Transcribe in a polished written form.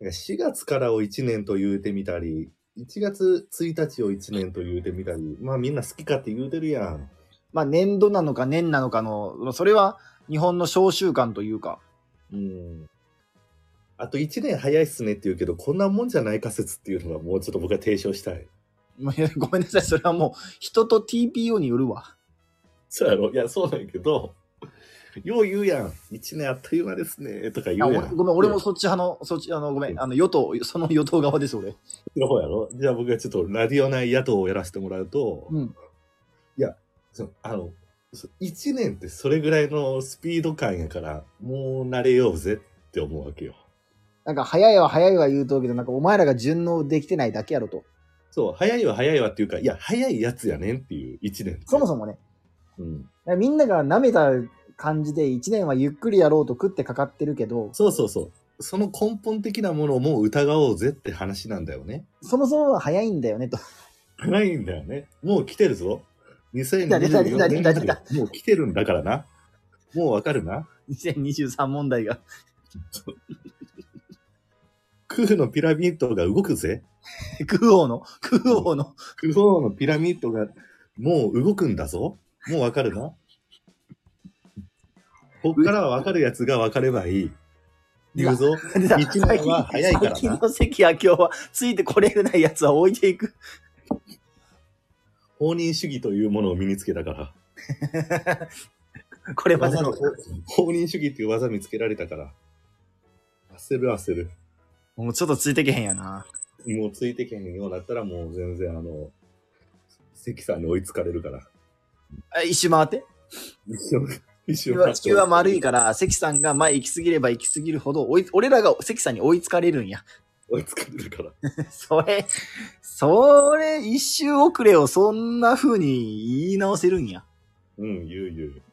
4月からを1年と言うてみたり、1月1日を1年と言うてみたり、まあみんな好きかって言うてるやん。 まあ年度なのか年なのかの、それは日本の小習慣というか。 あと1年早いっすねって言うけど、こんなもんじゃない仮説っていうのがもうちょっと僕は提唱したい。 ごめんなさい、それはもう人と TPO によるわ。 そうやろ？いや、そうなんやけど、よう言うやん。1年あっという間ですねとか言うやん。 ごめん、俺もそっち派の、ごめん、与党、その与党側です、俺。 そうやろ？じゃあ僕がちょっとラディオ内野党をやらせてもらうと、いや、1年ってそれぐらいのスピード感やから、もう慣れようぜって思うわけよ。 なんか早いわ言うとうけど、なんかお前らが順応できてないだけやろと。 そう、早いわっていうか、いや、早いやつやねんっていう1年。 そもそもね。みんなが舐めた感じで1年はゆっくりやろうと食ってかかってるけど。 そう。その根本的なものをもう疑おうぜって話なんだよね。 そもそもは早いんだよねと。 早いんだよね。もう来てるぞ。2024年までもう来てるんだからな。もうわかるな。 2023問題が。 クフのピラミッドが動くぜ。 クフ王のピラミッドがもう動くんだぞ。もうわかるな。こっからはわかるやつがわかればいい。言うぞ。1年は早いからな。 最近の関は今日はついてこれないやつは置いていく。 放任主義というものを身につけたから。 これまでの放任主義っていう技見つけられたから。焦る。 もうちょっとついてけへんやな。 もうついてけへんようになったらもう全然関さんに追いつかれるから。 一周回って。地球は丸いから、関さんが前行き過ぎれば行き過ぎるほど、俺らが関さんに追いつかれるんや。 追いつかれるから。 それ、一周遅れをそんな風に言い直せるんや。 言う。